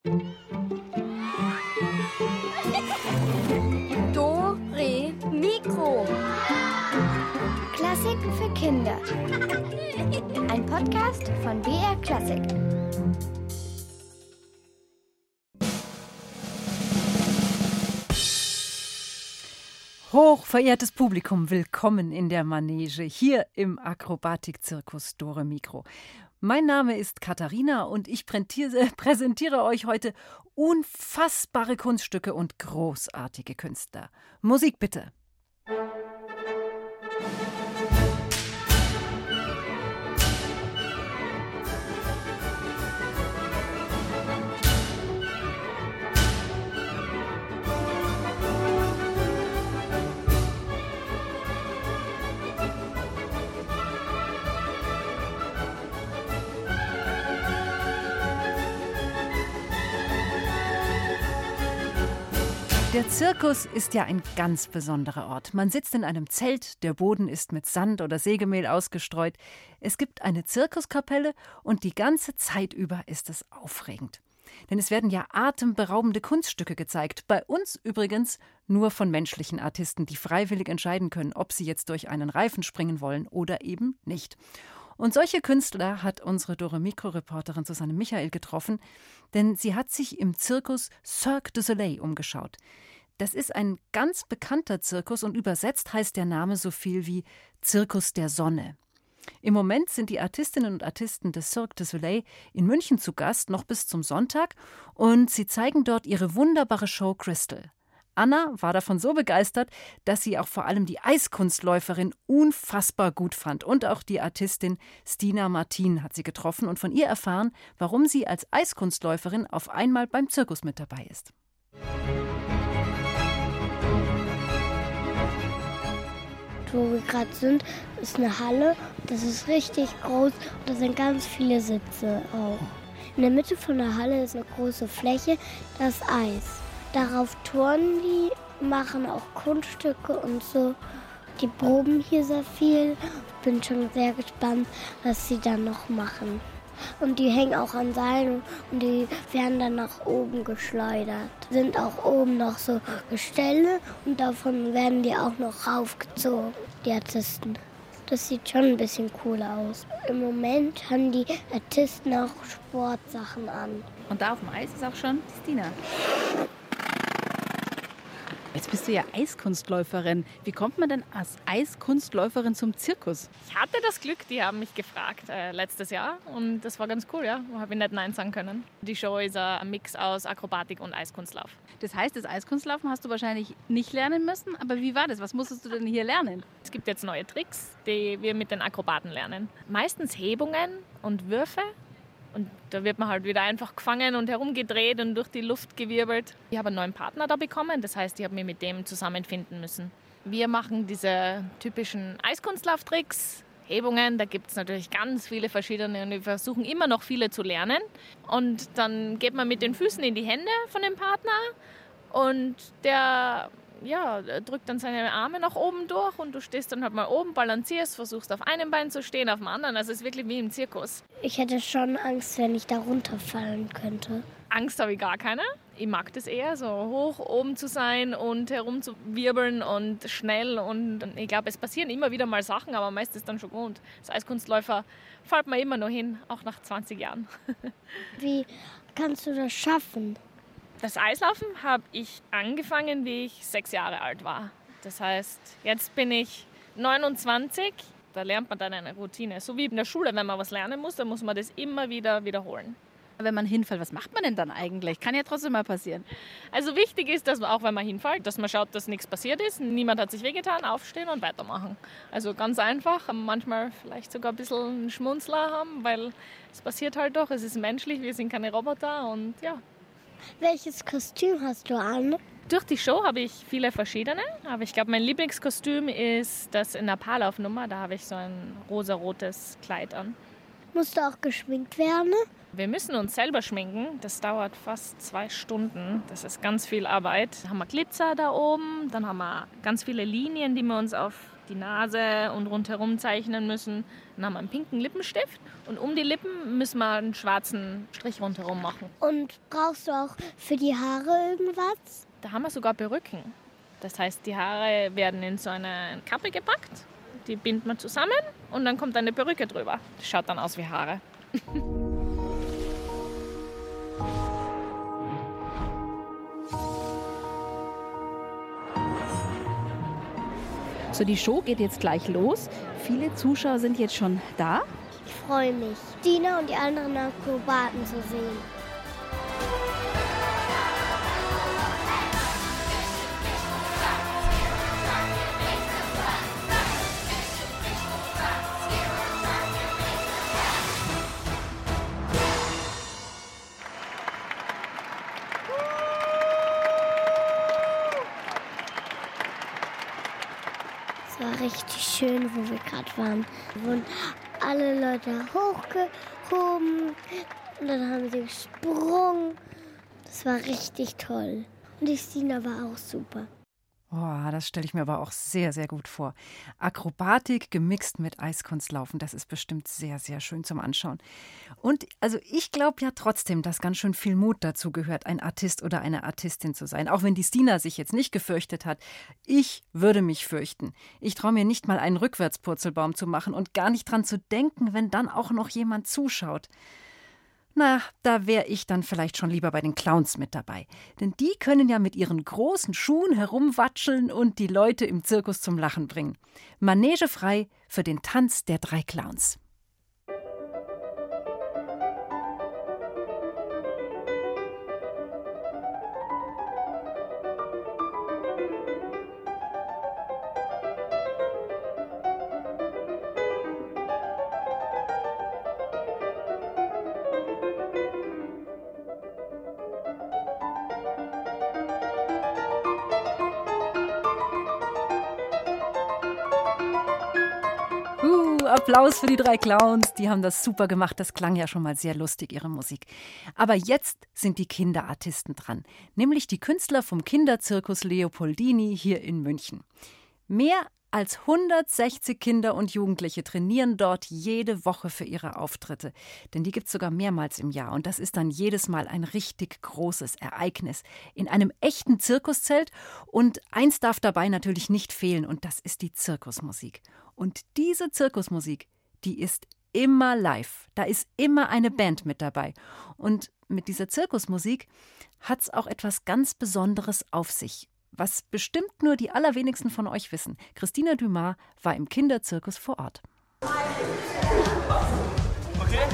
Dore Mikro. Klassiken für Kinder. Ein Podcast von BR Klassik. Hochverehrtes Publikum, willkommen in der Manege, hier im Akrobatikzirkus Dore Mikro. Mein Name ist Katharina und ich präsentiere euch heute unfassbare Kunststücke und großartige Künstler. Musik bitte! Der Zirkus ist ja ein ganz besonderer Ort. Man sitzt in einem Zelt, der Boden ist mit Sand oder Sägemehl ausgestreut. Es gibt eine Zirkuskapelle und die ganze Zeit über ist es aufregend. Denn es werden ja atemberaubende Kunststücke gezeigt. Bei uns übrigens nur von menschlichen Artisten, die freiwillig entscheiden können, ob sie jetzt durch einen Reifen springen wollen oder eben nicht. Und solche Künstler hat unsere Dore Mikro-Reporterin Susanne Michael getroffen, denn sie hat sich im Zirkus Cirque du Soleil umgeschaut. Das ist ein ganz bekannter Zirkus und übersetzt heißt der Name so viel wie Zirkus der Sonne. Im Moment sind die Artistinnen und Artisten des Cirque du Soleil in München zu Gast, noch bis zum Sonntag, und sie zeigen dort ihre wunderbare Show Crystal. Anna war davon so begeistert, dass sie auch vor allem die Eiskunstläuferin unfassbar gut fand. Und auch die Artistin Stina Martin hat sie getroffen und von ihr erfahren, warum sie als Eiskunstläuferin auf einmal beim Zirkus mit dabei ist. Wo wir gerade sind, ist eine Halle. Das ist richtig groß und da sind ganz viele Sitze auch. In der Mitte von der Halle ist eine große Fläche, das ist Eis. Darauf turnen die, machen auch Kunststücke und so. Die proben hier sehr viel. Ich bin schon sehr gespannt, was sie dann noch machen. Und die hängen auch an Seilen und die werden dann nach oben geschleudert. Sind auch oben noch so Gestelle und davon werden die auch noch raufgezogen, die Artisten. Das sieht schon ein bisschen cool aus. Im Moment haben die Artisten auch Sportsachen an. Und da auf dem Eis ist auch schon Stina. Jetzt bist du ja Eiskunstläuferin. Wie kommt man denn als Eiskunstläuferin zum Zirkus? Ich hatte das Glück, die haben mich gefragt letztes Jahr und das war ganz cool, ja. Da habe ich nicht Nein sagen können. Die Show ist ein Mix aus Akrobatik und Eiskunstlauf. Das heißt, das Eiskunstlaufen hast du wahrscheinlich nicht lernen müssen, aber wie war das? Was musstest du denn hier lernen? Es gibt jetzt neue Tricks, die wir mit den Akrobaten lernen. Meistens Hebungen und Würfe. Und da wird man halt wieder einfach gefangen und herumgedreht und durch die Luft gewirbelt. Ich habe einen neuen Partner da bekommen, das heißt, ich habe mich mit dem zusammenfinden müssen. Wir machen diese typischen Eiskunstlauftricks, Hebungen, da gibt es natürlich ganz viele verschiedene und wir versuchen immer noch viele zu lernen. Und dann geht man mit den Füßen in die Hände von dem Partner und der drückt dann seine Arme nach oben durch und du stehst dann halt mal oben, balancierst, versuchst auf einem Bein zu stehen, auf dem anderen. Also es ist wirklich wie im Zirkus. Ich hätte schon Angst, wenn ich da runterfallen könnte. Angst habe ich gar keine. Ich mag das eher, so hoch oben zu sein und herumzuwirbeln und schnell. Und ich glaube, es passieren immer wieder mal Sachen, aber meist ist dann schon gewohnt. Als Eiskunstläufer fällt man immer noch hin, auch nach 20 Jahren. Wie kannst du das schaffen? Das Eislaufen habe ich angefangen, wie ich 6 Jahre alt war. Das heißt, jetzt bin ich 29. Da lernt man dann eine Routine. So wie in der Schule, wenn man was lernen muss, dann muss man das immer wieder wiederholen. Wenn man hinfällt, was macht man denn dann eigentlich? Kann ja trotzdem mal passieren. Also wichtig ist, dass man auch wenn man hinfällt, dass man schaut, dass nichts passiert ist. Niemand hat sich wehgetan, aufstehen und weitermachen. Also ganz einfach, manchmal vielleicht sogar ein bisschen einen Schmunzler haben, weil es passiert halt doch, es ist menschlich, wir sind keine Roboter und ja. Welches Kostüm hast du an? Durch die Show habe ich viele verschiedene, aber ich glaube, mein Lieblingskostüm ist das in der Paarlaufnummer. Da habe ich so ein rosarotes Kleid an. Musst du auch geschminkt werden? Wir müssen uns selber schminken. Das dauert fast 2 Stunden. Das ist ganz viel Arbeit. Dann haben wir Glitzer da oben, dann haben wir ganz viele Linien, die wir uns auf die Nase und rundherum zeichnen müssen. Dann haben wir einen pinken Lippenstift und um die Lippen müssen wir einen schwarzen Strich rundherum machen. Und brauchst du auch für die Haare irgendwas? Da haben wir sogar Perücken. Das heißt, die Haare werden in so eine Kappe gepackt, die bindet man zusammen und dann kommt eine Perücke drüber. Das schaut dann aus wie Haare. So, die Show geht jetzt gleich los. Viele Zuschauer sind jetzt schon da. Ich freue mich, Dina und die anderen Akrobaten zu sehen. Es war richtig schön, wo wir gerade waren. Da wurden alle Leute hochgehoben und dann haben sie gesprungen. Das war richtig toll. Und die Stina war auch super. Oh, das stelle ich mir aber auch sehr, sehr gut vor. Akrobatik gemixt mit Eiskunstlaufen, das ist bestimmt sehr, sehr schön zum Anschauen. Und also ich glaube ja trotzdem, dass ganz schön viel Mut dazu gehört, ein Artist oder eine Artistin zu sein. Auch wenn die Stina sich jetzt nicht gefürchtet hat. Ich würde mich fürchten. Ich traue mir nicht mal einen Rückwärtspurzelbaum zu machen und gar nicht dran zu denken, wenn dann auch noch jemand zuschaut. Na, da wäre ich dann vielleicht schon lieber bei den Clowns mit dabei. Denn die können ja mit ihren großen Schuhen herumwatscheln und die Leute im Zirkus zum Lachen bringen. Manege frei für den Tanz der 3 Clowns. Applaus für die 3 Clowns, die haben das super gemacht, das klang ja schon mal sehr lustig, ihre Musik. Aber jetzt sind die Kinderartisten dran, nämlich die Künstler vom Kinderzirkus Leopoldini hier in München. Mehr als 160 Kinder und Jugendliche trainieren dort jede Woche für ihre Auftritte. Denn die gibt es sogar mehrmals im Jahr. Und das ist dann jedes Mal ein richtig großes Ereignis. In einem echten Zirkuszelt. Und eins darf dabei natürlich nicht fehlen. Und das ist die Zirkusmusik. Und diese Zirkusmusik, die ist immer live. Da ist immer eine Band mit dabei. Und mit dieser Zirkusmusik hat es auch etwas ganz Besonderes auf sich. Was bestimmt nur die allerwenigsten von euch wissen. Christina Dumas war im Kinderzirkus vor Ort. Okay.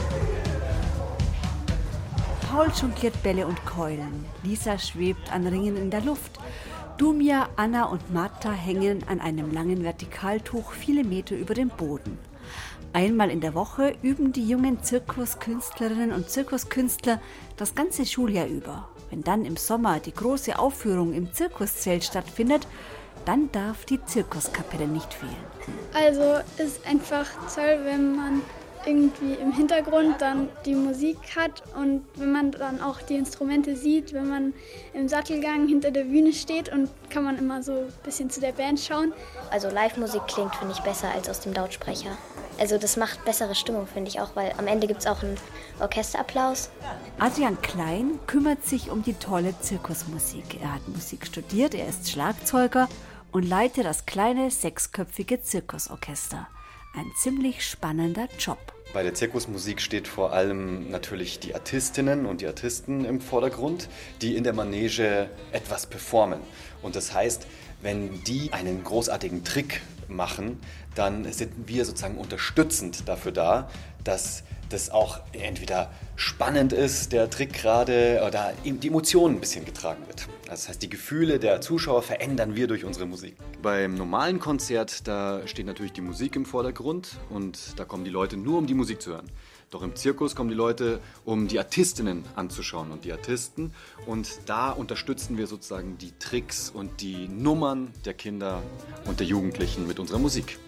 Paul jongliert Bälle und Keulen. Lisa schwebt an Ringen in der Luft. Dumia, Anna und Martha hängen an einem langen Vertikaltuch viele Meter über dem Boden. Einmal in der Woche üben die jungen Zirkuskünstlerinnen und Zirkuskünstler das ganze Schuljahr über. Wenn dann im Sommer die große Aufführung im Zirkuszelt stattfindet, dann darf die Zirkuskapelle nicht fehlen. Also ist einfach toll, wenn man irgendwie im Hintergrund dann die Musik hat und wenn man dann auch die Instrumente sieht, wenn man im Sattelgang hinter der Bühne steht und kann man immer so ein bisschen zu der Band schauen. Also Live-Musik klingt, finde ich, besser als aus dem Lautsprecher. Also das macht bessere Stimmung, finde ich auch, weil am Ende gibt es auch einen Orchesterapplaus. Adrian Klein kümmert sich um die tolle Zirkusmusik. Er hat Musik studiert, er ist Schlagzeuger und leitet das kleine 6-köpfige Zirkusorchester. Ein ziemlich spannender Job. Bei der Zirkusmusik steht vor allem natürlich die Artistinnen und die Artisten im Vordergrund, die in der Manege etwas performen. Und das heißt, wenn die einen großartigen Trick machen, dann sind wir sozusagen unterstützend dafür da, dass das auch entweder spannend ist, der Trick gerade, oder die Emotionen ein bisschen getragen wird. Das heißt, die Gefühle der Zuschauer verändern wir durch unsere Musik. Beim normalen Konzert, da steht natürlich die Musik im Vordergrund und da kommen die Leute nur, um die Musik zu hören. Doch im Zirkus kommen die Leute, um die Artistinnen anzuschauen und die Artisten. Und da unterstützen wir sozusagen die Tricks und die Nummern der Kinder und der Jugendlichen mit unserer Musik.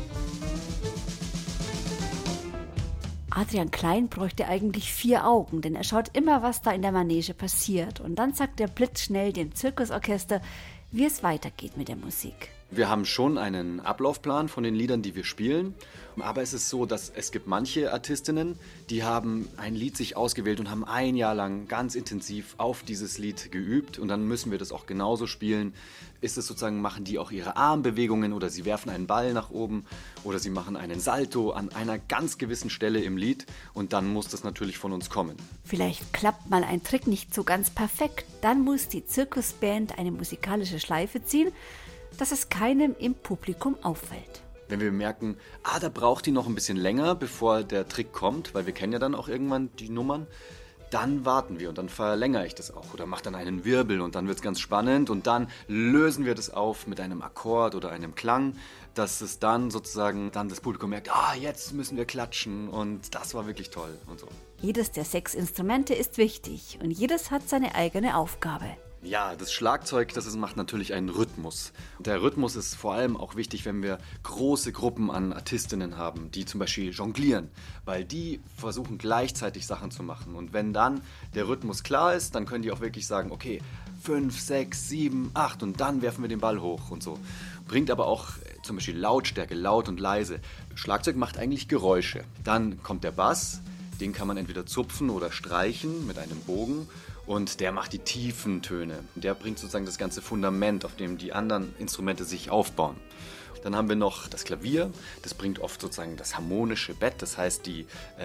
Adrian Klein bräuchte eigentlich 4 Augen, denn er schaut immer, was da in der Manege passiert. Und dann sagt er blitzschnell dem Zirkusorchester, wie es weitergeht mit der Musik. Wir haben schon einen Ablaufplan von den Liedern, die wir spielen. Aber es ist so, dass es gibt manche Artistinnen, die haben ein Lied sich ausgewählt und haben ein Jahr lang ganz intensiv auf dieses Lied geübt. Und dann müssen wir das auch genauso spielen. Ist es sozusagen, machen die auch ihre Armbewegungen oder sie werfen einen Ball nach oben oder sie machen einen Salto an einer ganz gewissen Stelle im Lied. Und dann muss das natürlich von uns kommen. Vielleicht klappt mal ein Trick nicht so ganz perfekt. Dann muss die Zirkusband eine musikalische Schleife ziehen, dass es keinem im Publikum auffällt. Wenn wir merken, da braucht die noch ein bisschen länger, bevor der Trick kommt, weil wir kennen ja dann auch irgendwann die Nummern, dann warten wir und dann verlängere ich das auch oder mache dann einen Wirbel und dann wird es ganz spannend und dann lösen wir das auf mit einem Akkord oder einem Klang, dass es dann sozusagen dann das Publikum merkt, jetzt müssen wir klatschen und das war wirklich toll und so. Jedes der 6 Instrumente ist wichtig und jedes hat seine eigene Aufgabe. Ja, das Schlagzeug, macht natürlich einen Rhythmus. Und der Rhythmus ist vor allem auch wichtig, wenn wir große Gruppen an Artistinnen haben, die zum Beispiel jonglieren, weil die versuchen gleichzeitig Sachen zu machen. Und wenn dann der Rhythmus klar ist, dann können die auch wirklich sagen, okay, 5, 6, 7, 8 und dann werfen wir den Ball hoch und so. Bringt aber auch zum Beispiel Lautstärke, laut und leise. Schlagzeug macht eigentlich Geräusche. Dann kommt der Bass, den kann man entweder zupfen oder streichen mit einem Bogen. Und der macht die tiefen Töne. Der bringt sozusagen das ganze Fundament, auf dem die anderen Instrumente sich aufbauen. Dann haben wir noch das Klavier. Das bringt oft sozusagen das harmonische Bett. Das heißt, die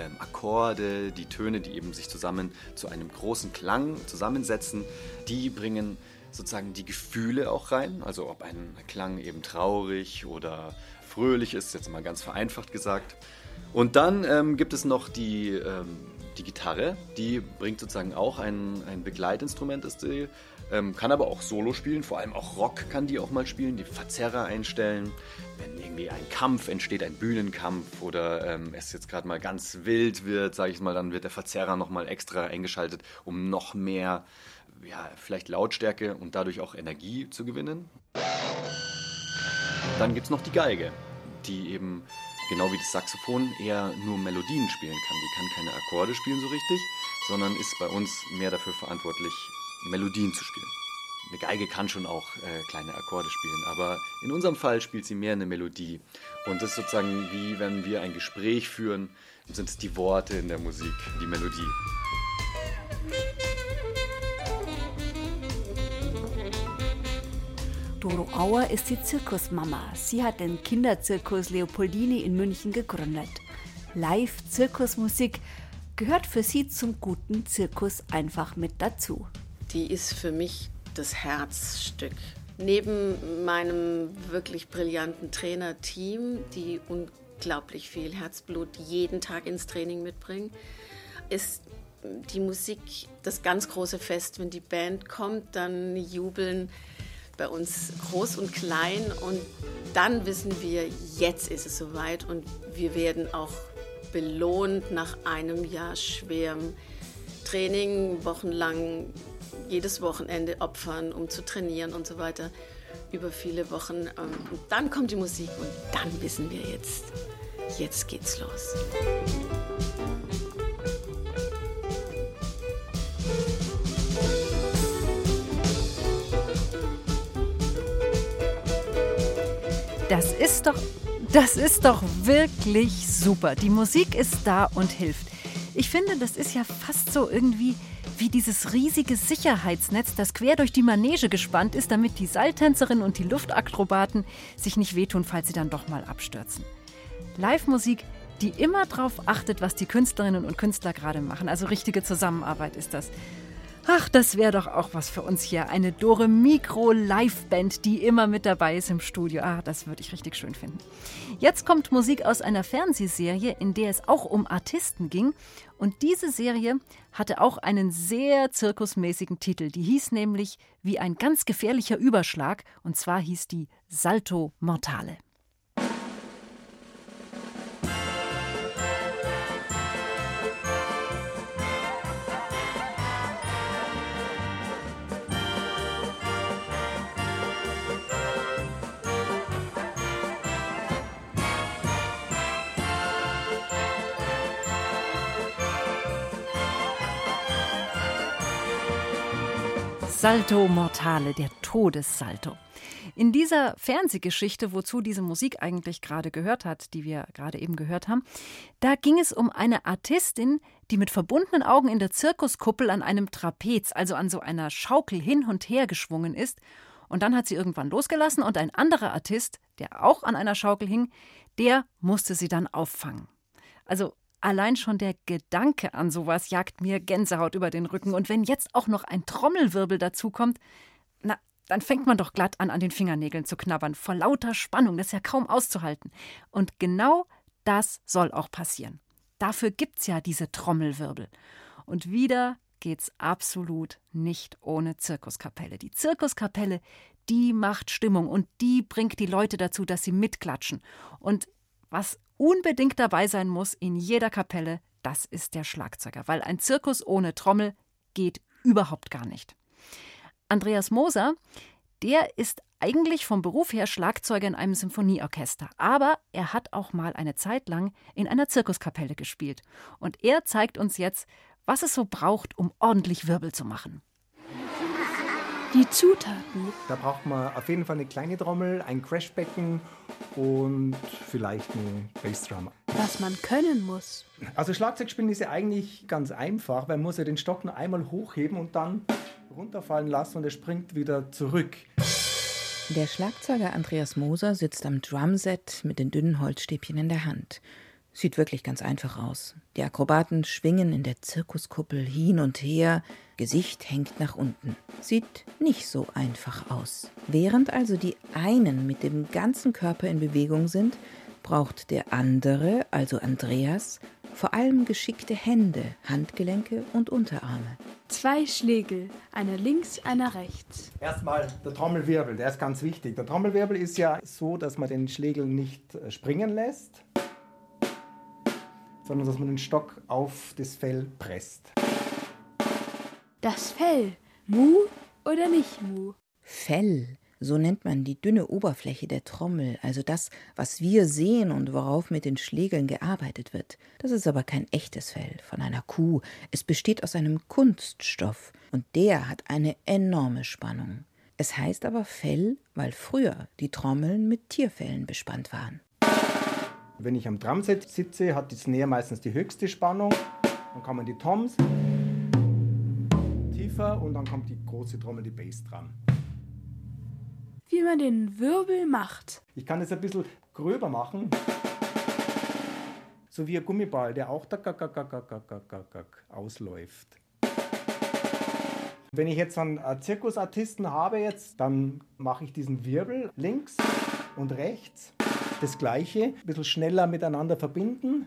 Akkorde, die Töne, die eben sich zusammen zu einem großen Klang zusammensetzen, die bringen sozusagen die Gefühle auch rein. Also ob ein Klang eben traurig oder fröhlich ist, jetzt mal ganz vereinfacht gesagt. Und dann gibt es noch die Gitarre, die bringt sozusagen auch ein Begleitinstrument, kann aber auch Solo spielen, vor allem auch Rock kann die auch mal spielen, die Verzerrer einstellen, wenn irgendwie ein Kampf entsteht, ein Bühnenkampf oder es jetzt gerade mal ganz wild wird, sage ich mal, dann wird der Verzerrer nochmal extra eingeschaltet, um noch mehr, vielleicht Lautstärke und dadurch auch Energie zu gewinnen. Dann gibt es noch die Geige, die eben genau wie das Saxophon eher nur Melodien spielen kann. Die kann keine Akkorde spielen so richtig, sondern ist bei uns mehr dafür verantwortlich, Melodien zu spielen. Eine Geige kann schon auch kleine Akkorde spielen, aber in unserem Fall spielt sie mehr eine Melodie. Und das ist sozusagen wie wenn wir ein Gespräch führen, sind es die Worte in der Musik, die Melodie. Doro Auer ist die Zirkusmama. Sie hat den Kinderzirkus Leopoldini in München gegründet. Live-Zirkusmusik gehört für sie zum guten Zirkus einfach mit dazu. Die ist für mich das Herzstück. Neben meinem wirklich brillanten Trainerteam, die unglaublich viel Herzblut jeden Tag ins Training mitbringen, ist die Musik das ganz große Fest. Wenn die Band kommt, dann jubeln bei uns groß und klein und dann wissen wir, jetzt ist es soweit und wir werden auch belohnt nach einem Jahr schwerem Training, wochenlang jedes Wochenende opfern, um zu trainieren und so weiter, über viele Wochen. Und dann kommt die Musik und dann wissen wir jetzt geht's los. Das ist doch wirklich super. Die Musik ist da und hilft. Ich finde, das ist ja fast so irgendwie wie dieses riesige Sicherheitsnetz, das quer durch die Manege gespannt ist, damit die Seiltänzerinnen und die Luftakrobaten sich nicht wehtun, falls sie dann doch mal abstürzen. Live-Musik, die immer darauf achtet, was die Künstlerinnen und Künstler gerade machen. Also richtige Zusammenarbeit ist das. Ach, das wäre doch auch was für uns hier. Eine Dore Mikro Liveband, die immer mit dabei ist im Studio. Das würde ich richtig schön finden. Jetzt kommt Musik aus einer Fernsehserie, in der es auch um Artisten ging. Und diese Serie hatte auch einen sehr zirkusmäßigen Titel. Die hieß nämlich wie ein ganz gefährlicher Überschlag. Und zwar hieß die Salto Mortale. Salto Mortale, der Todessalto. In dieser Fernsehgeschichte, wozu diese Musik eigentlich gerade gehört hat, die wir gerade eben gehört haben, da ging es um eine Artistin, die mit verbundenen Augen in der Zirkuskuppel an einem Trapez, also an so einer Schaukel hin und her geschwungen ist. Und dann hat sie irgendwann losgelassen und ein anderer Artist, der auch an einer Schaukel hing, der musste sie dann auffangen. Also allein schon der Gedanke an sowas jagt mir Gänsehaut über den Rücken. Und wenn jetzt auch noch ein Trommelwirbel dazukommt, na, dann fängt man doch glatt an den Fingernägeln zu knabbern. Vor lauter Spannung, das ist ja kaum auszuhalten. Und genau das soll auch passieren. Dafür gibt's ja diese Trommelwirbel. Und wieder geht's absolut nicht ohne Zirkuskapelle. Die Zirkuskapelle, die macht Stimmung und die bringt die Leute dazu, dass sie mitklatschen. Und was unbedingt dabei sein muss in jeder Kapelle, das ist der Schlagzeuger. Weil ein Zirkus ohne Trommel geht überhaupt gar nicht. Andreas Moser, der ist eigentlich vom Beruf her Schlagzeuger in einem Symphonieorchester. Aber er hat auch mal eine Zeit lang in einer Zirkuskapelle gespielt. Und er zeigt uns jetzt, was es so braucht, um ordentlich Wirbel zu machen. Die Zutaten. Da braucht man auf jeden Fall eine kleine Trommel, ein Crashbecken und vielleicht eine Bassdrum. Was man können muss. Also Schlagzeugspielen ist ja eigentlich ganz einfach, weil man muss ja den Stock nur einmal hochheben und dann runterfallen lassen und er springt wieder zurück. Der Schlagzeuger Andreas Moser sitzt am Drumset mit den dünnen Holzstäbchen in der Hand. Sieht wirklich ganz einfach aus. Die Akrobaten schwingen in der Zirkuskuppel hin und her, Gesicht hängt nach unten. Sieht nicht so einfach aus. Während also die einen mit dem ganzen Körper in Bewegung sind, braucht der andere, also Andreas, vor allem geschickte Hände, Handgelenke und Unterarme. 2 Schlägel, einer links, einer rechts. Erstmal der Trommelwirbel, der ist ganz wichtig. Der Trommelwirbel ist ja so, dass man den Schlägel nicht springen lässt, sondern dass man den Stock auf das Fell presst. Das Fell, Mu oder nicht Mu? Fell, so nennt man die dünne Oberfläche der Trommel, also das, was wir sehen und worauf mit den Schlägeln gearbeitet wird. Das ist aber kein echtes Fell von einer Kuh. Es besteht aus einem Kunststoff und der hat eine enorme Spannung. Es heißt aber Fell, weil früher die Trommeln mit Tierfellen bespannt waren. Wenn ich am Drumset sitze, hat die Snare meistens die höchste Spannung. Dann kommen die Toms tiefer und dann kommt die große Trommel, die Bass dran. Wie man den Wirbel macht. Ich kann es ein bisschen gröber machen. So wie ein Gummiball, der auch ausläuft. Wenn ich jetzt einen Zirkusartisten habe, dann mache ich diesen Wirbel links und rechts. Das Gleiche, ein bisschen schneller miteinander verbinden.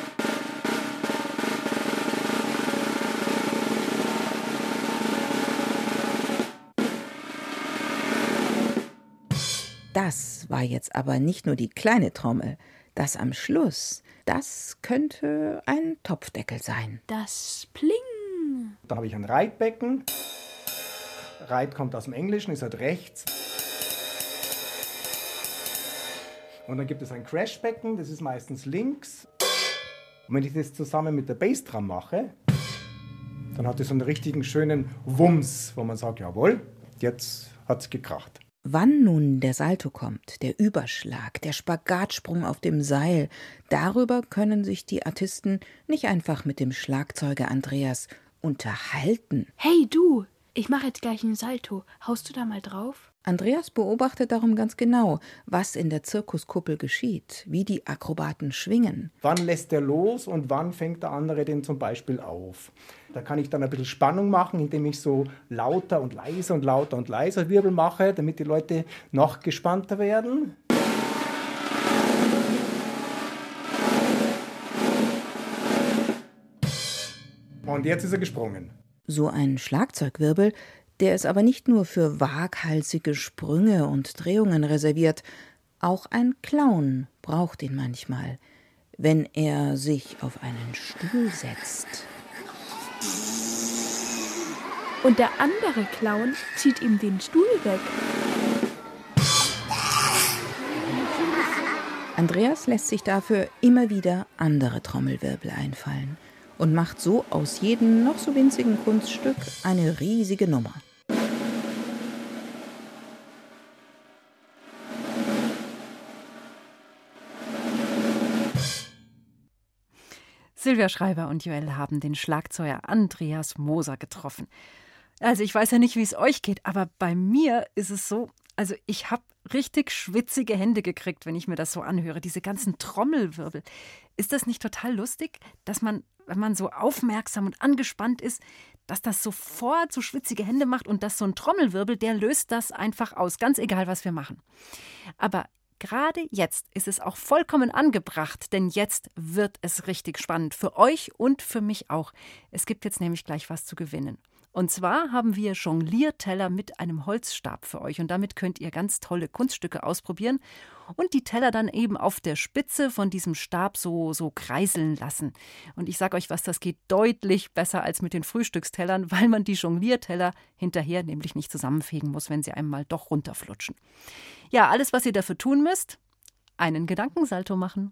Das war jetzt aber nicht nur die kleine Trommel. Das am Schluss, das könnte ein Topfdeckel sein. Das Pling. Dann habe ich ein Reitbecken. Reit kommt aus dem Englischen, ist halt rechts. Und dann gibt es ein Crashbecken, das ist meistens links. Und wenn ich das zusammen mit der Bassdrum mache, dann hat es so einen richtigen schönen Wumms, wo man sagt, jawohl, jetzt hat's gekracht. Wann nun der Salto kommt, der Überschlag, der Spagatsprung auf dem Seil, darüber können sich die Artisten nicht einfach mit dem Schlagzeuger Andreas unterhalten. Hey du, ich mache jetzt gleich einen Salto. Haust du da mal drauf? Andreas beobachtet darum ganz genau, was in der Zirkuskuppel geschieht, wie die Akrobaten schwingen. Wann lässt er los und wann fängt der andere den zum Beispiel auf? Da kann ich dann ein bisschen Spannung machen, indem ich so lauter und leiser Wirbel mache, damit die Leute noch gespannter werden. Und jetzt ist er gesprungen. So ein Schlagzeugwirbel, der ist aber nicht nur für waghalsige Sprünge und Drehungen reserviert. Auch ein Clown braucht ihn manchmal, wenn er sich auf einen Stuhl setzt. Und der andere Clown zieht ihm den Stuhl weg. Andreas lässt sich dafür immer wieder andere Trommelwirbel einfallen und macht so aus jedem noch so winzigen Kunststück eine riesige Nummer. Silvia Schreiber und Joel haben den Schlagzeuger Andreas Moser getroffen. Also ich weiß ja nicht, wie es euch geht, aber bei mir ist es so, also ich habe richtig schwitzige Hände gekriegt, wenn ich mir das so anhöre, diese ganzen Trommelwirbel. Ist das nicht total lustig, dass man, wenn man so aufmerksam und angespannt ist, dass das sofort so schwitzige Hände macht und dass so ein Trommelwirbel, der löst das einfach aus, ganz egal, was wir machen. Aber gerade jetzt ist es auch vollkommen angebracht, denn jetzt wird es richtig spannend für euch und für mich auch. Es gibt jetzt nämlich gleich was zu gewinnen. Und zwar haben wir Jonglierteller mit einem Holzstab für euch und damit könnt ihr ganz tolle Kunststücke ausprobieren und die Teller dann eben auf der Spitze von diesem Stab so kreiseln lassen. Und ich sage euch was, das geht deutlich besser als mit den Frühstückstellern, weil man die Jonglierteller hinterher nämlich nicht zusammenfegen muss, wenn sie einmal doch runterflutschen. Ja, alles, was ihr dafür tun müsst, einen Gedankensalto machen.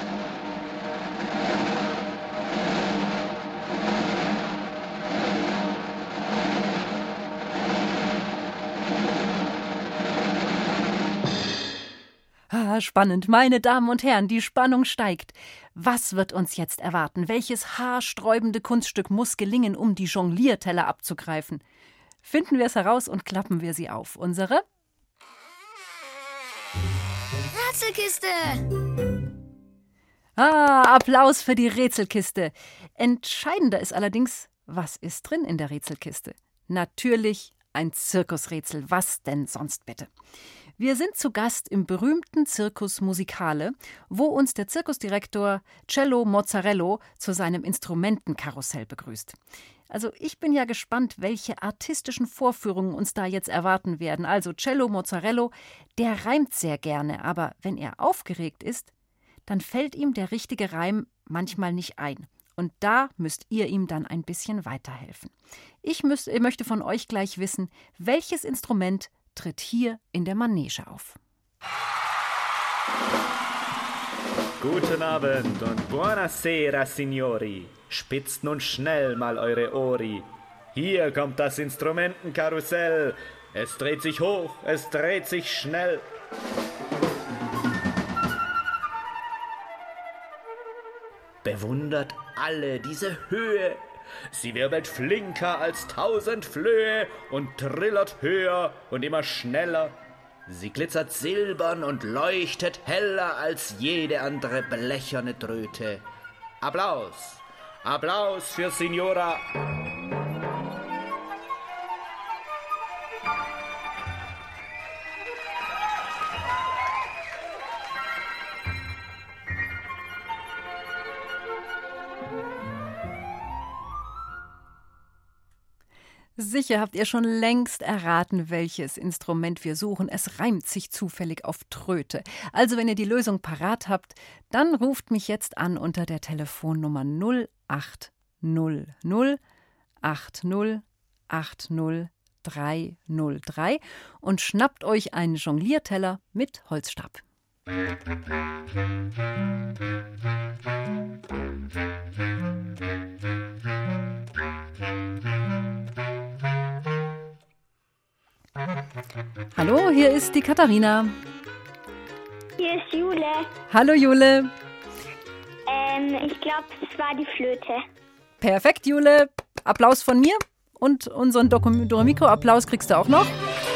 Spannend, meine Damen und Herren, die Spannung steigt. Was wird uns jetzt erwarten? Welches haarsträubende Kunststück muss gelingen, um die Jonglierteller abzugreifen? Finden wir es heraus und klappen wir sie auf. Unsere Rätselkiste! Applaus für die Rätselkiste. Entscheidender ist allerdings, was ist drin in der Rätselkiste? Natürlich ein Zirkusrätsel. Was denn sonst bitte? Wir sind zu Gast im berühmten Circus Musicale, wo uns der Zirkusdirektor Cello Mozzarello zu seinem Instrumentenkarussell begrüßt. Also ich bin ja gespannt, welche artistischen Vorführungen uns da jetzt erwarten werden. Also Cello Mozzarello, der reimt sehr gerne, aber wenn er aufgeregt ist, dann fällt ihm der richtige Reim manchmal nicht ein. Und da müsst ihr ihm dann ein bisschen weiterhelfen. Ich möchte von euch gleich wissen, welches Instrument tritt hier in der Manege auf. Guten Abend und buonasera, signori. Spitzt nun schnell mal eure Ori. Hier kommt das Instrumentenkarussell. Es dreht sich hoch, es dreht sich schnell. Bewundert alle diese Höhe. Sie wirbelt flinker als 1000 Flöhe und trillert höher und immer schneller. Sie glitzert silbern und leuchtet heller als jede andere blecherne Tröte. Applaus! Applaus für Signora! Sicher habt ihr schon längst erraten, welches Instrument wir suchen. Es reimt sich zufällig auf Tröte. Also wenn ihr die Lösung parat habt, dann ruft mich jetzt an unter der Telefonnummer 0800 80 80 303 und schnappt euch einen Jonglierteller mit Holzstab. Hallo, hier ist die Katharina. Hier ist Jule. Hallo Jule. Ich glaube, es war die Flöte. Perfekt, Jule. Applaus von mir und unseren Doremiko-Applaus kriegst du auch noch.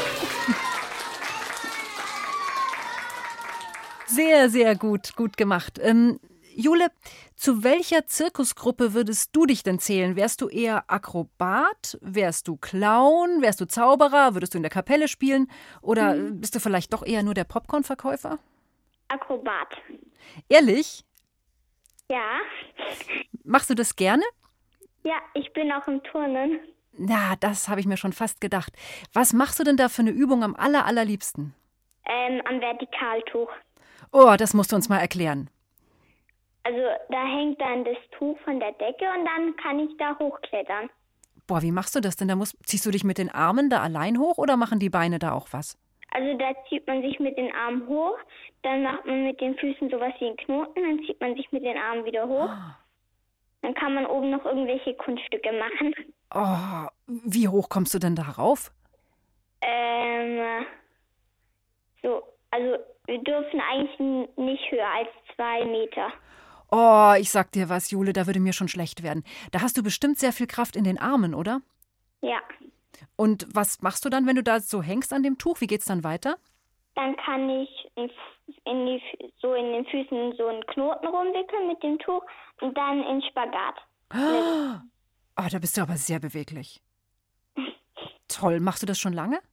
Sehr, sehr gut gemacht. Jule, zu welcher Zirkusgruppe würdest du dich denn zählen? Wärst du eher Akrobat? Wärst du Clown? Wärst du Zauberer? Würdest du in der Kapelle spielen? Oder bist du vielleicht doch eher nur der Popcornverkäufer? Akrobat. Ehrlich? Ja. Machst du das gerne? Ja, ich bin auch im Turnen. Na, das habe ich mir schon fast gedacht. Was machst du denn da für eine Übung am allerliebsten? Am Vertikaltuch. Oh, das musst du uns mal erklären. Also da hängt dann das Tuch von der Decke und dann kann ich da hochklettern. Boah, wie machst du das denn? Ziehst du dich mit den Armen da allein hoch oder machen die Beine da auch was? Also da zieht man sich mit den Armen hoch, dann macht man mit den Füßen sowas wie einen Knoten, dann zieht man sich mit den Armen wieder hoch. Dann kann man oben noch irgendwelche Kunststücke machen. Oh, wie hoch kommst du denn da rauf? Also wir dürfen eigentlich nicht höher als 2 Meter. Oh, ich sag dir was, Jule, da würde mir schon schlecht werden. Da hast du bestimmt sehr viel Kraft in den Armen, oder? Ja. Und was machst du dann, wenn du da so hängst an dem Tuch? Wie geht's dann weiter? Dann kann ich in den Füßen so einen Knoten rumwickeln mit dem Tuch und dann in Spagat. Oh, da bist du aber sehr beweglich. Toll. Machst du das schon lange?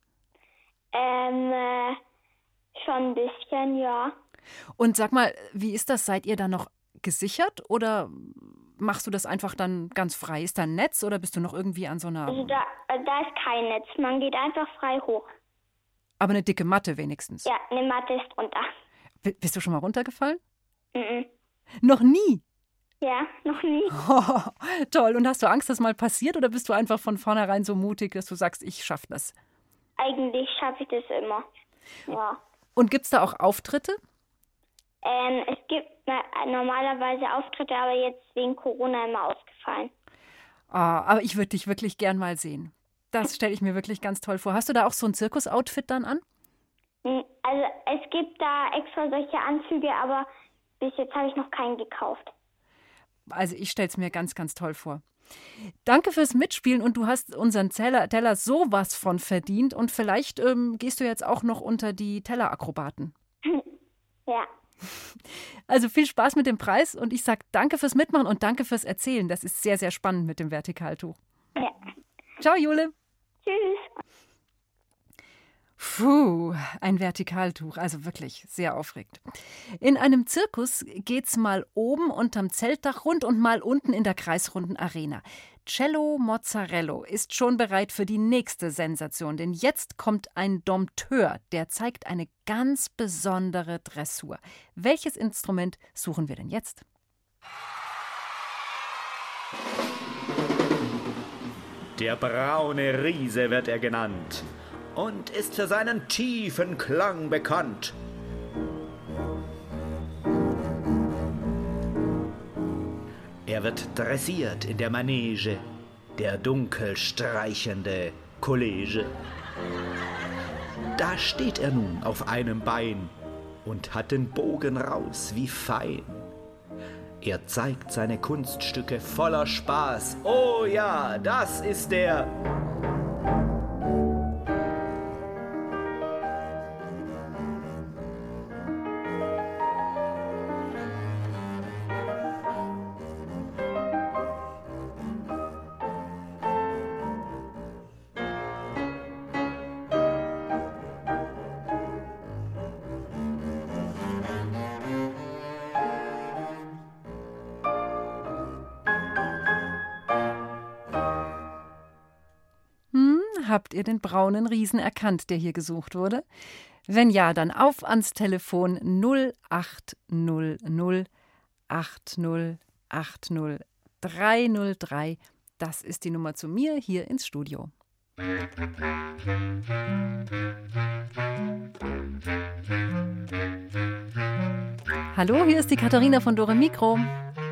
Schon ein bisschen, ja. Und sag mal, wie ist das? Seid ihr da noch gesichert oder machst du das einfach dann ganz frei? Ist da ein Netz oder bist du noch irgendwie an so einer... Also da ist kein Netz. Man geht einfach frei hoch. Aber eine dicke Matte wenigstens? Ja, eine Matte ist drunter. Bist du schon mal runtergefallen? Mhm. Noch nie? Ja, noch nie. Oh, toll. Und hast du Angst, dass mal passiert oder bist du einfach von vornherein so mutig, dass du sagst, ich schaffe das? Eigentlich schaffe ich das immer. Ja. Und gibt es da auch Auftritte? Es gibt normalerweise Auftritte, aber jetzt wegen Corona immer ausgefallen. Aber ich würde dich wirklich gern mal sehen. Das stelle ich mir wirklich ganz toll vor. Hast du da auch so ein Zirkus-Outfit dann an? Also es gibt da extra solche Anzüge, aber bis jetzt habe ich noch keinen gekauft. Also ich stelle es mir ganz, ganz toll vor. Danke fürs Mitspielen und du hast unseren Teller sowas von verdient und vielleicht gehst du jetzt auch noch unter die Tellerakrobaten. Ja. Also viel Spaß mit dem Preis und ich sage danke fürs Mitmachen und danke fürs Erzählen. Das ist sehr, sehr spannend mit dem Vertikaltuch. Ja. Ciao, Jule. Tschüss. Puh, ein Vertikaltuch, also wirklich sehr aufregend. In einem Zirkus geht's mal oben unterm Zeltdach rund und mal unten in der kreisrunden Arena. Cello Mozzarella ist schon bereit für die nächste Sensation, denn jetzt kommt ein Dompteur, der zeigt eine ganz besondere Dressur. Welches Instrument suchen wir denn jetzt? Der braune Riese wird er genannt und ist für seinen tiefen Klang bekannt. Er wird dressiert in der Manege, der dunkel streichende Kollege. Da steht er nun auf einem Bein und hat den Bogen raus wie fein. Er zeigt seine Kunststücke voller Spaß. Oh ja, das ist er. Habt ihr den braunen Riesen erkannt, der hier gesucht wurde? Wenn ja, dann auf ans Telefon 0800 80 80 303. Das ist die Nummer zu mir hier ins Studio. Hallo, hier ist die Katharina von Dore Mikro.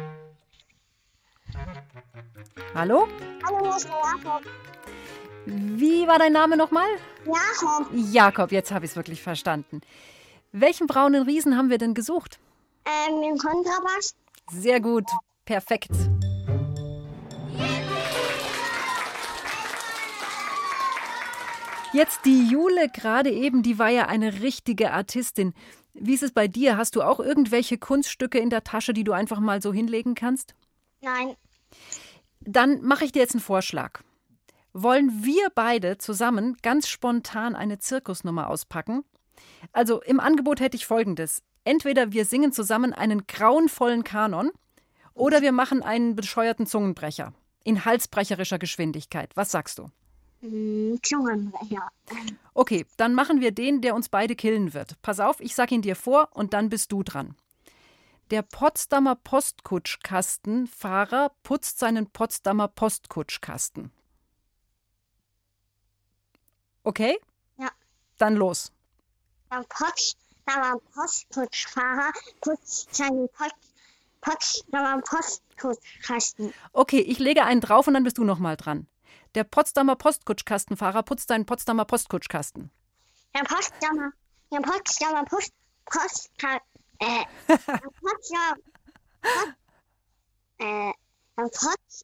Hallo? Hallo, hier ist der Jakob. Wie war dein Name nochmal? Jakob. Jakob, jetzt habe ich es wirklich verstanden. Welchen braunen Riesen haben wir denn gesucht? Den Kontrabass. Sehr gut, perfekt. Jetzt die Jule gerade eben, die war ja eine richtige Artistin. Wie ist es bei dir? Hast du auch irgendwelche Kunststücke in der Tasche, die du einfach mal so hinlegen kannst? Nein. Dann mache ich dir jetzt einen Vorschlag. Wollen wir beide zusammen ganz spontan eine Zirkusnummer auspacken? Also im Angebot hätte ich Folgendes. Entweder wir singen zusammen einen grauenvollen Kanon oder wir machen einen bescheuerten Zungenbrecher in halsbrecherischer Geschwindigkeit. Was sagst du? Zungenbrecher. Okay, dann machen wir den, der uns beide killen wird. Pass auf, ich sag ihn dir vor und dann bist du dran. Der Potsdamer Postkutschkastenfahrer putzt seinen Potsdamer Postkutschkasten. Okay? Ja. Dann los. Der Potsdamer Postkutschfahrer putzt seinen Potsdamer Postkutschkasten. Okay, ich lege einen drauf und dann bist du nochmal dran. Der Potsdamer Postkutschkastenfahrer putzt seinen Potsdamer Postkutschkasten. Der Potsdamer Pott.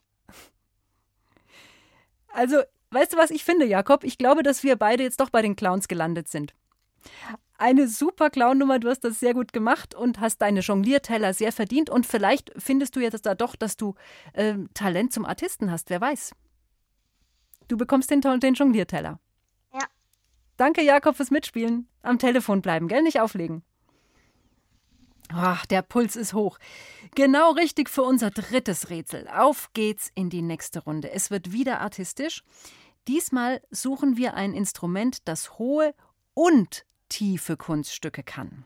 Also, weißt du, was ich finde, Jakob? Ich glaube, dass wir beide jetzt doch bei den Clowns gelandet sind. Eine super Clown-Nummer, du hast das sehr gut gemacht und hast deine Jonglierteller sehr verdient. Und vielleicht findest du jetzt da doch, dass du Talent zum Artisten hast, wer weiß. Du bekommst den Jonglierteller. Ja. Danke, Jakob, fürs Mitspielen. Am Telefon bleiben, gell? Nicht auflegen. Ach, der Puls ist hoch. Genau richtig für unser drittes Rätsel. Auf geht's in die nächste Runde. Es wird wieder artistisch. Diesmal suchen wir ein Instrument, das hohe und tiefe Kunststücke kann.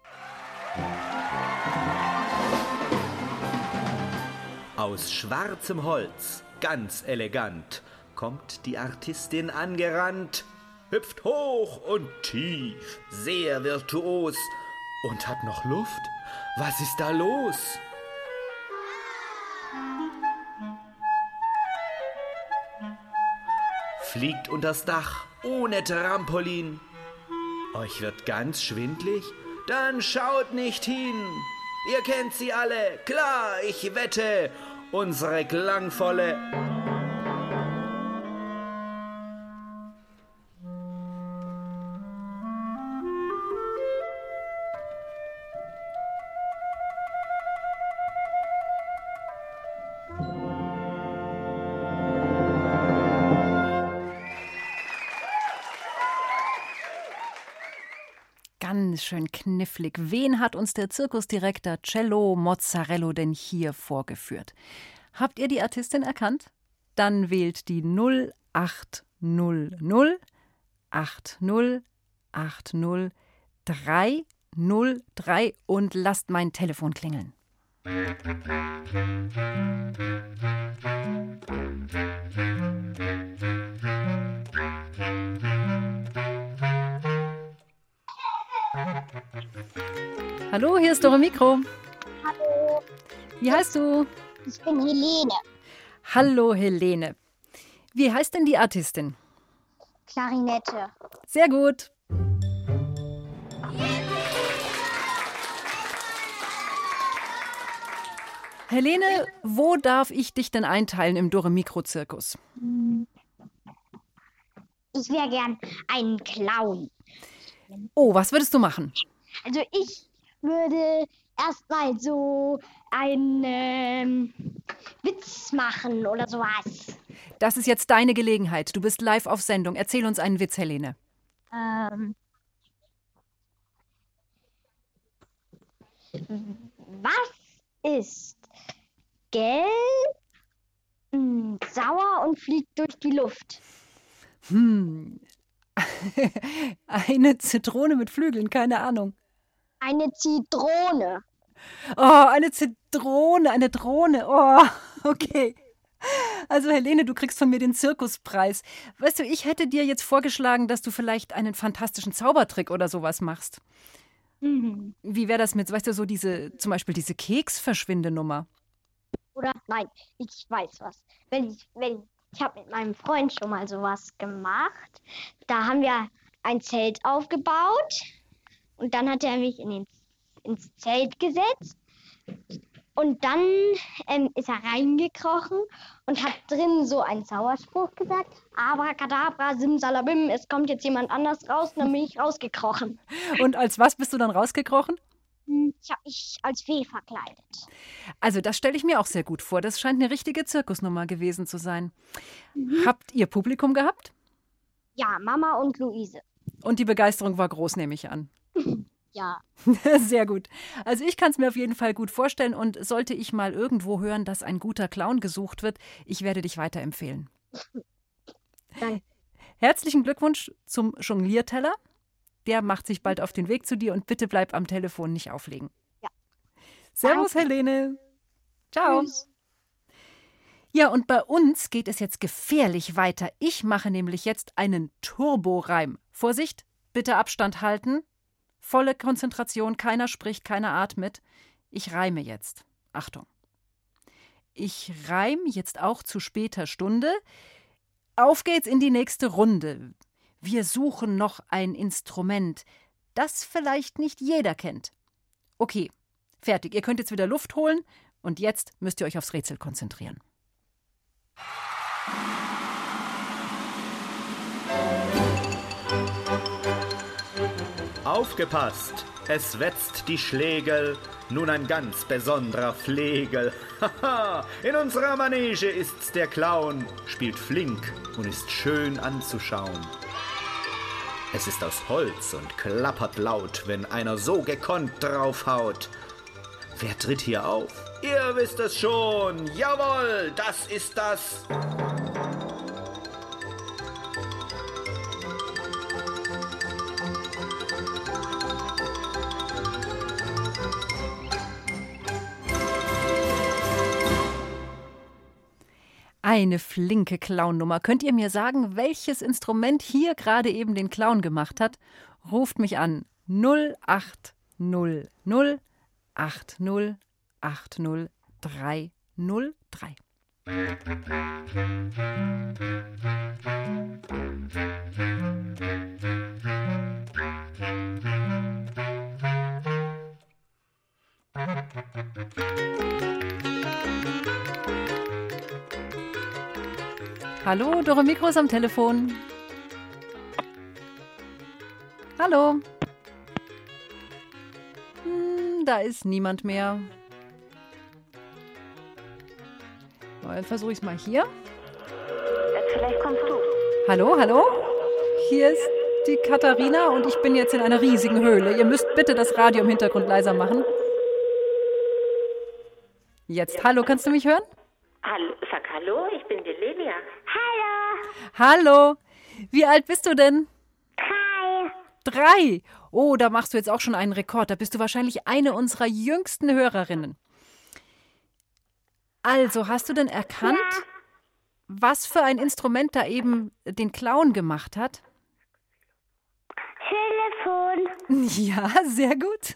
Aus schwarzem Holz, ganz elegant, kommt die Artistin angerannt, hüpft hoch und tief, sehr virtuos und hat noch Luft. Was ist da los? Fliegt unters Dach ohne Trampolin. Euch wird ganz schwindlig? Dann schaut nicht hin. Ihr kennt sie alle, klar, ich wette, unsere klangvolle... Ganz schön knifflig. Wen hat uns der Zirkusdirektor Cello Mozzarello denn hier vorgeführt? Habt ihr die Artistin erkannt? Dann wählt die 0800 80 80 303 und lasst mein Telefon klingeln. Hallo, hier ist Dore Mikro. Hallo. Wie heißt du? Ich bin Helene. Hallo, Helene. Wie heißt denn die Artistin? Klarinette. Sehr gut. Helene, wo darf ich dich denn einteilen im Dore-Mikro-Zirkus? Ich wäre gern ein Clown. Oh, was würdest du machen? Also ich würde erstmal so einen Witz machen oder sowas. Das ist jetzt deine Gelegenheit. Du bist live auf Sendung. Erzähl uns einen Witz, Helene. Was ist gelb, sauer und fliegt durch die Luft? Eine Zitrone mit Flügeln, keine Ahnung. Eine Zitrone. Oh, eine Zitrone, eine Drohne. Oh, okay. Also Helene, du kriegst von mir den Zirkuspreis. Weißt du, ich hätte dir jetzt vorgeschlagen, dass du vielleicht einen fantastischen Zaubertrick oder sowas machst. Wie wäre das mit, weißt du, so zum Beispiel diese Keksverschwinde-Nummer? Oder nein, ich weiß was. Ich habe mit meinem Freund schon mal sowas gemacht. Da haben wir ein Zelt aufgebaut und dann hat er mich ins Zelt gesetzt und dann ist er reingekrochen und hat drin so einen Zauberspruch gesagt. Abracadabra, simsalabim, es kommt jetzt jemand anders raus und dann bin ich rausgekrochen. Und als was bist du dann rausgekrochen? Ich habe mich als Fee verkleidet. Also das stelle ich mir auch sehr gut vor. Das scheint eine richtige Zirkusnummer gewesen zu sein. Habt ihr Publikum gehabt? Ja, Mama und Luise. Und die Begeisterung war groß, nehme ich an. Ja. Sehr gut. Also ich kann es mir auf jeden Fall gut vorstellen und sollte ich mal irgendwo hören, dass ein guter Clown gesucht wird, ich werde dich weiterempfehlen. Danke. Herzlichen Glückwunsch zum Jonglierteller. Der macht sich bald auf den Weg zu dir und bitte bleib am Telefon, nicht auflegen. Ja. Servus, Danke. Helene. Ciao. Tschüss. Ja, und bei uns geht es jetzt gefährlich weiter. Ich mache nämlich jetzt einen Turboreim. Vorsicht, bitte Abstand halten. Volle Konzentration, keiner spricht, keiner atmet. Ich reime jetzt. Achtung. Ich reime jetzt auch zu später Stunde. Auf geht's in die nächste Runde. Wir suchen noch ein Instrument, das vielleicht nicht jeder kennt. Okay, Fertig, ihr könnt jetzt wieder Luft holen und jetzt müsst ihr euch aufs Rätsel konzentrieren. Aufgepasst, es wetzt die Schlegel, nun ein ganz besonderer Flegel. Haha, in unserer Manege ist's der Clown, spielt flink und ist schön anzuschauen. Es ist aus Holz und klappert laut, wenn einer so gekonnt draufhaut. Wer tritt hier auf? Ihr wisst es schon, jawohl, das ist das. Eine flinke Clown-Nummer. Könnt ihr mir sagen, welches Instrument hier gerade eben den Clown gemacht hat? Ruft mich an 0800 80 80 303. Hallo, Dore Mikro ist am Telefon. Hallo. Da ist niemand mehr. Dann versuche ich es mal hier. Jetzt vielleicht kommst du. Hallo, hallo. Hier ist die Katharina und ich bin jetzt in einer riesigen Höhle. Ihr müsst bitte das Radio im Hintergrund leiser machen. Jetzt, hallo, kannst du mich hören? Hallo, sag hallo, ich bin die Lilia. Hallo. Wie alt bist du denn? 3. 3? Oh, da machst du jetzt auch schon einen Rekord. Da bist du wahrscheinlich eine unserer jüngsten Hörerinnen. Also, hast du denn erkannt, was für ein Instrument da eben den Clown gemacht hat? Telefon. Ja, sehr gut.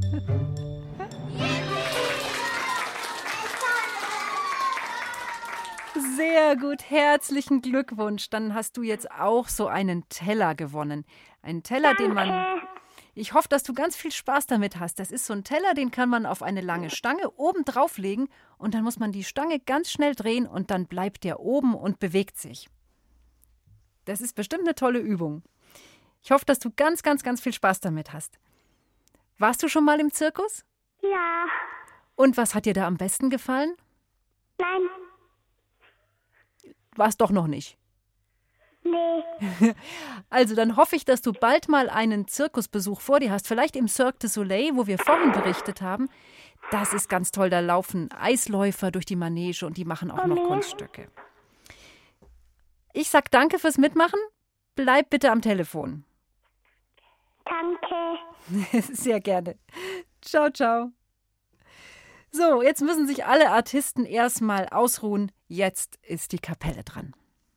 Sehr gut, herzlichen Glückwunsch. Dann hast du jetzt auch so einen Teller gewonnen. Einen Teller, den man... Ich hoffe, dass du ganz viel Spaß damit hast. Das ist so ein Teller, den kann man auf eine lange Stange oben drauflegen und dann muss man die Stange ganz schnell drehen und dann bleibt der oben und bewegt sich. Das ist bestimmt eine tolle Übung. Ich hoffe, dass du ganz, ganz, ganz viel Spaß damit hast. Warst du schon mal im Zirkus? Ja. Und was hat dir da am besten gefallen? Nein. War's doch noch nicht. Nee. Also dann hoffe ich, dass du bald mal einen Zirkusbesuch vor dir hast. Vielleicht im Cirque du Soleil, wo wir vorhin berichtet haben. Das ist ganz toll. Da laufen Eisläufer durch die Manege und die machen auch noch Kunststücke. Ich sag danke fürs Mitmachen. Bleib bitte am Telefon. Danke. Sehr gerne. Ciao, ciao. So, jetzt müssen sich alle Artisten erstmal ausruhen. Jetzt ist die Kapelle dran.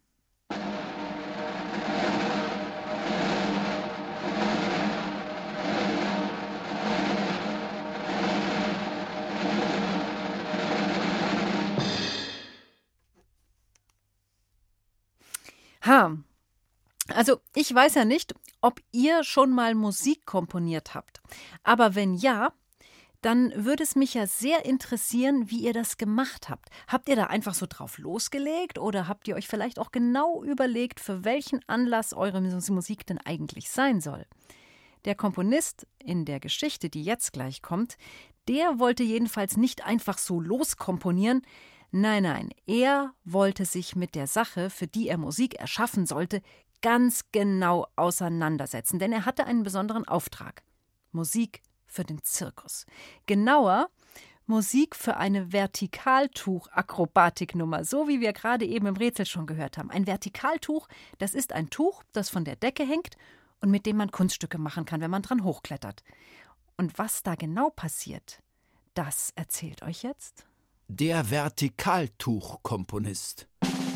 Also ich weiß ja nicht, ob ihr schon mal Musik komponiert habt. Aber wenn ja, dann würde es mich ja sehr interessieren, wie ihr das gemacht habt. Habt ihr da einfach so drauf losgelegt oder habt ihr euch vielleicht auch genau überlegt, für welchen Anlass eure Musik denn eigentlich sein soll? Der Komponist in der Geschichte, die jetzt gleich kommt, der wollte jedenfalls nicht einfach so loskomponieren. Nein, er wollte sich mit der Sache, für die er Musik erschaffen sollte, ganz genau auseinandersetzen, denn er hatte einen besonderen Auftrag. Musik für den Zirkus. Genauer, Musik für eine Vertikaltuch-Akrobatiknummer, so wie wir gerade eben im Rätsel schon gehört haben. Ein Vertikaltuch, das ist ein Tuch, das von der Decke hängt und mit dem man Kunststücke machen kann, wenn man dran hochklettert. Und was da genau passiert, das erzählt euch jetzt der Vertikaltuch-Komponist.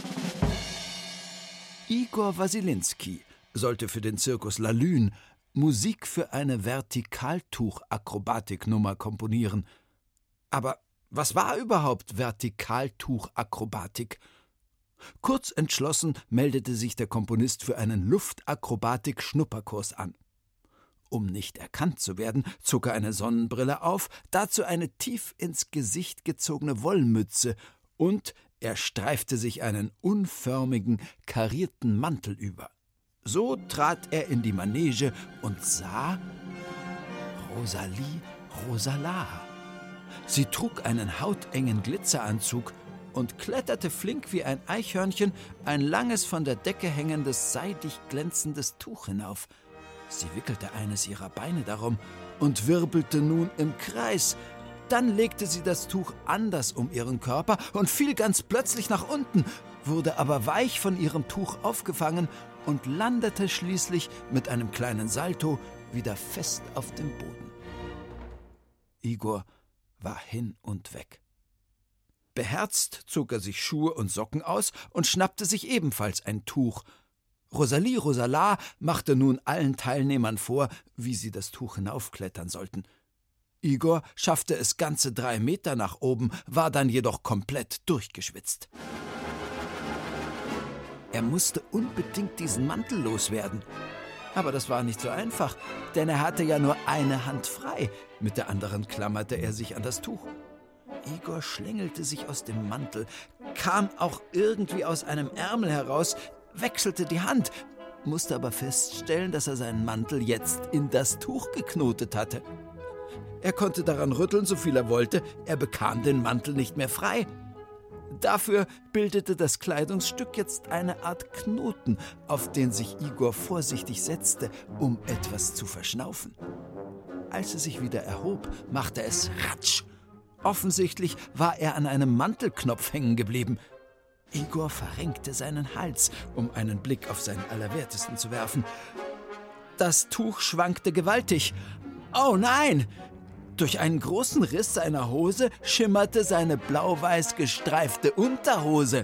Igor Wasylinski sollte für den Zirkus La Lune Musik für eine Vertikaltuch-Akrobatiknummer komponieren. Aber was war überhaupt Vertikaltuch-Akrobatik? Kurz entschlossen meldete sich der Komponist für einen Luftakrobatik-Schnupperkurs an. Um nicht erkannt zu werden, zog er eine Sonnenbrille auf, dazu eine tief ins Gesicht gezogene Wollmütze und er streifte sich einen unförmigen, karierten Mantel über. So trat er in die Manege und sah Rosalie Rosala. Sie trug einen hautengen Glitzeranzug und kletterte flink wie ein Eichhörnchen ein langes, von der Decke hängendes, seidig glänzendes Tuch hinauf. Sie wickelte eines ihrer Beine darum und wirbelte nun im Kreis. Dann legte sie das Tuch anders um ihren Körper und fiel ganz plötzlich nach unten, wurde aber weich von ihrem Tuch aufgefangen und landete schließlich mit einem kleinen Salto wieder fest auf dem Boden. Igor war hin und weg. Beherzt zog er sich Schuhe und Socken aus und schnappte sich ebenfalls ein Tuch. Rosalie Rosala machte nun allen Teilnehmern vor, wie sie das Tuch hinaufklettern sollten. Igor schaffte es ganze 3 Meter nach oben, war dann jedoch komplett durchgeschwitzt. Er musste unbedingt diesen Mantel loswerden. Aber das war nicht so einfach, denn er hatte ja nur eine Hand frei. Mit der anderen klammerte er sich an das Tuch. Igor schlängelte sich aus dem Mantel, kam auch irgendwie aus einem Ärmel heraus, wechselte die Hand, musste aber feststellen, dass er seinen Mantel jetzt in das Tuch geknotet hatte. Er konnte daran rütteln, so viel er wollte, er bekam den Mantel nicht mehr frei. Dafür bildete das Kleidungsstück jetzt eine Art Knoten, auf den sich Igor vorsichtig setzte, um etwas zu verschnaufen. Als er sich wieder erhob, machte es Ratsch. Offensichtlich war er an einem Mantelknopf hängen geblieben. Igor verrenkte seinen Hals, um einen Blick auf seinen Allerwertesten zu werfen. Das Tuch schwankte gewaltig. Oh nein! Durch einen großen Riss seiner Hose schimmerte seine blau-weiß gestreifte Unterhose.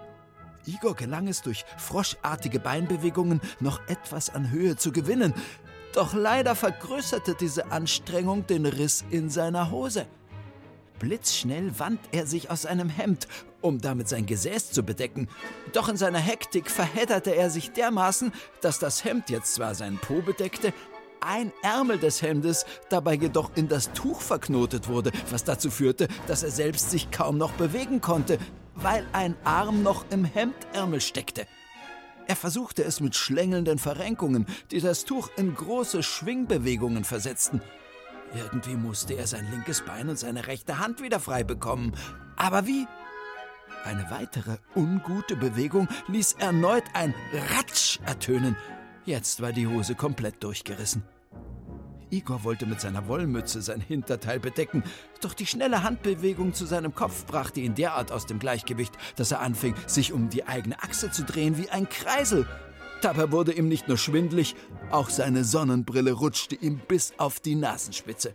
Igor gelang es, durch froschartige Beinbewegungen noch etwas an Höhe zu gewinnen. Doch leider vergrößerte diese Anstrengung den Riss in seiner Hose. Blitzschnell wand er sich aus seinem Hemd, um damit sein Gesäß zu bedecken. Doch in seiner Hektik verhedderte er sich dermaßen, dass das Hemd jetzt zwar seinen Po bedeckte, ein Ärmel des Hemdes dabei jedoch in das Tuch verknotet wurde, was dazu führte, dass er selbst sich kaum noch bewegen konnte, weil ein Arm noch im Hemdärmel steckte. Er versuchte es mit schlängelnden Verrenkungen, die das Tuch in große Schwingbewegungen versetzten. Irgendwie musste er sein linkes Bein und seine rechte Hand wieder frei bekommen. Aber wie? Eine weitere ungute Bewegung ließ erneut ein Ratsch ertönen. Jetzt war die Hose komplett durchgerissen. Igor wollte mit seiner Wollmütze sein Hinterteil bedecken, doch die schnelle Handbewegung zu seinem Kopf brachte ihn derart aus dem Gleichgewicht, dass er anfing, sich um die eigene Achse zu drehen wie ein Kreisel. Dabei wurde ihm nicht nur schwindelig, auch seine Sonnenbrille rutschte ihm bis auf die Nasenspitze.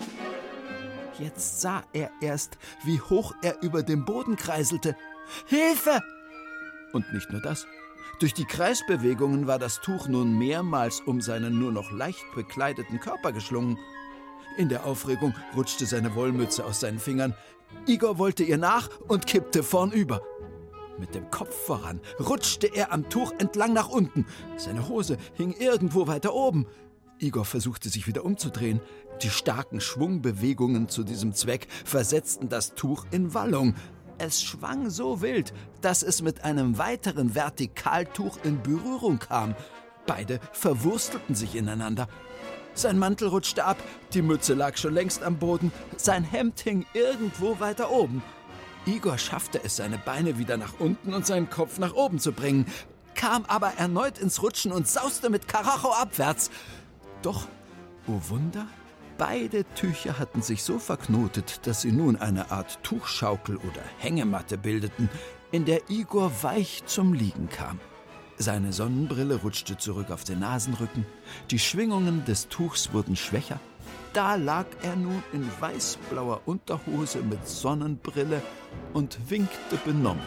Jetzt sah er erst, wie hoch er über dem Boden kreiselte. Hilfe! Und nicht nur das. Durch die Kreisbewegungen war das Tuch nun mehrmals um seinen nur noch leicht bekleideten Körper geschlungen. In der Aufregung rutschte seine Wollmütze aus seinen Fingern. Igor wollte ihr nach und kippte vornüber. Mit dem Kopf voran rutschte er am Tuch entlang nach unten. Seine Hose hing irgendwo weiter oben. Igor versuchte sich wieder umzudrehen. Die starken Schwungbewegungen zu diesem Zweck versetzten das Tuch in Wallung. Es schwang so wild, dass es mit einem weiteren Vertikaltuch in Berührung kam. Beide verwurstelten sich ineinander. Sein Mantel rutschte ab, die Mütze lag schon längst am Boden, sein Hemd hing irgendwo weiter oben. Igor schaffte es, seine Beine wieder nach unten und seinen Kopf nach oben zu bringen, kam aber erneut ins Rutschen und sauste mit Karacho abwärts. Doch, oh Wunder, beide Tücher hatten sich so verknotet, dass sie nun eine Art Tuchschaukel oder Hängematte bildeten, in der Igor weich zum Liegen kam. Seine Sonnenbrille rutschte zurück auf den Nasenrücken, die Schwingungen des Tuchs wurden schwächer. Da lag er nun in weißblauer Unterhose mit Sonnenbrille und winkte benommen.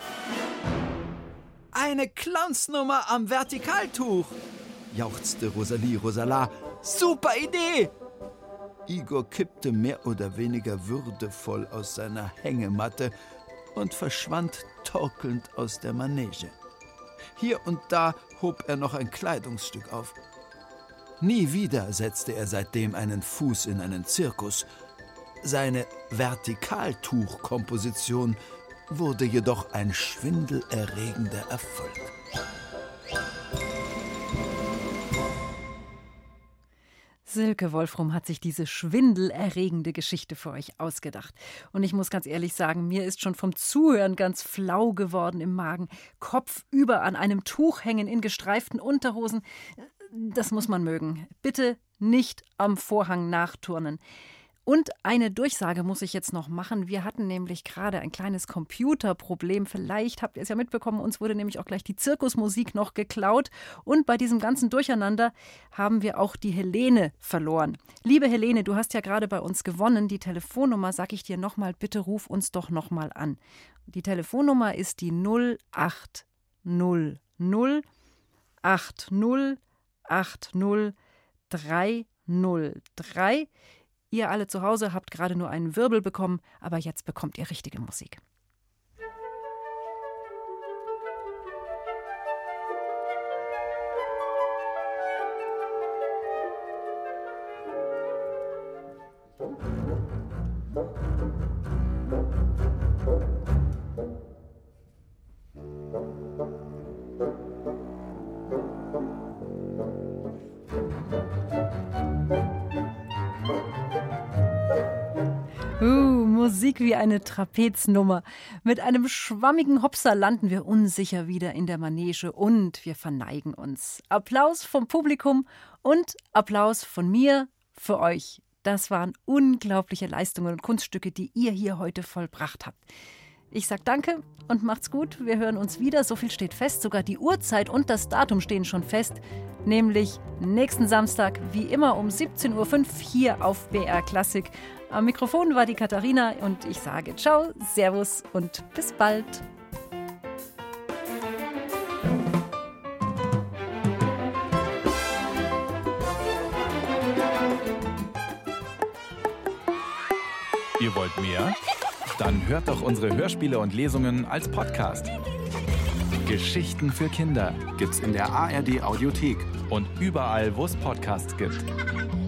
»Eine Clownsnummer am Vertikaltuch«, jauchzte Rosalie Rosala. »Super Idee!« Igor kippte mehr oder weniger würdevoll aus seiner Hängematte und verschwand torkelnd aus der Manege. Hier und da hob er noch ein Kleidungsstück auf. Nie wieder setzte er seitdem einen Fuß in einen Zirkus. Seine Vertikaltuchkomposition wurde jedoch ein schwindelerregender Erfolg. Silke Wolfrum hat sich diese schwindelerregende Geschichte für euch ausgedacht. Und ich muss ganz ehrlich sagen, mir ist schon vom Zuhören ganz flau geworden im Magen. Kopfüber an einem Tuch hängen in gestreiften Unterhosen. Das muss man mögen. Bitte nicht am Vorhang nachturnen. Und eine Durchsage muss ich jetzt noch machen. Wir hatten nämlich gerade ein kleines Computerproblem. Vielleicht habt ihr es ja mitbekommen, uns wurde nämlich auch gleich die Zirkusmusik noch geklaut. Und bei diesem ganzen Durcheinander haben wir auch die Helene verloren. Liebe Helene, du hast ja gerade bei uns gewonnen. Die Telefonnummer sage ich dir nochmal, bitte ruf uns doch nochmal an. Die Telefonnummer ist die 0800 80 80 303. Ihr alle zu Hause habt gerade nur einen Wirbel bekommen, aber jetzt bekommt ihr richtige Musik. Musik wie eine Trapeznummer. Mit einem schwammigen Hopser landen wir unsicher wieder in der Manege und wir verneigen uns. Applaus vom Publikum und Applaus von mir für euch. Das waren unglaubliche Leistungen und Kunststücke, die ihr hier heute vollbracht habt. Ich sag danke und macht's gut. Wir hören uns wieder. So viel steht fest. Sogar die Uhrzeit und das Datum stehen schon fest. Nämlich nächsten Samstag, wie immer um 17.05 Uhr hier auf BR Klassik. Am Mikrofon war die Katharina und ich sage ciao, servus und bis bald. Ihr wollt mehr? Dann hört doch unsere Hörspiele und Lesungen als Podcast. Geschichten für Kinder gibt's in der ARD Audiothek und überall, wo es Podcasts gibt.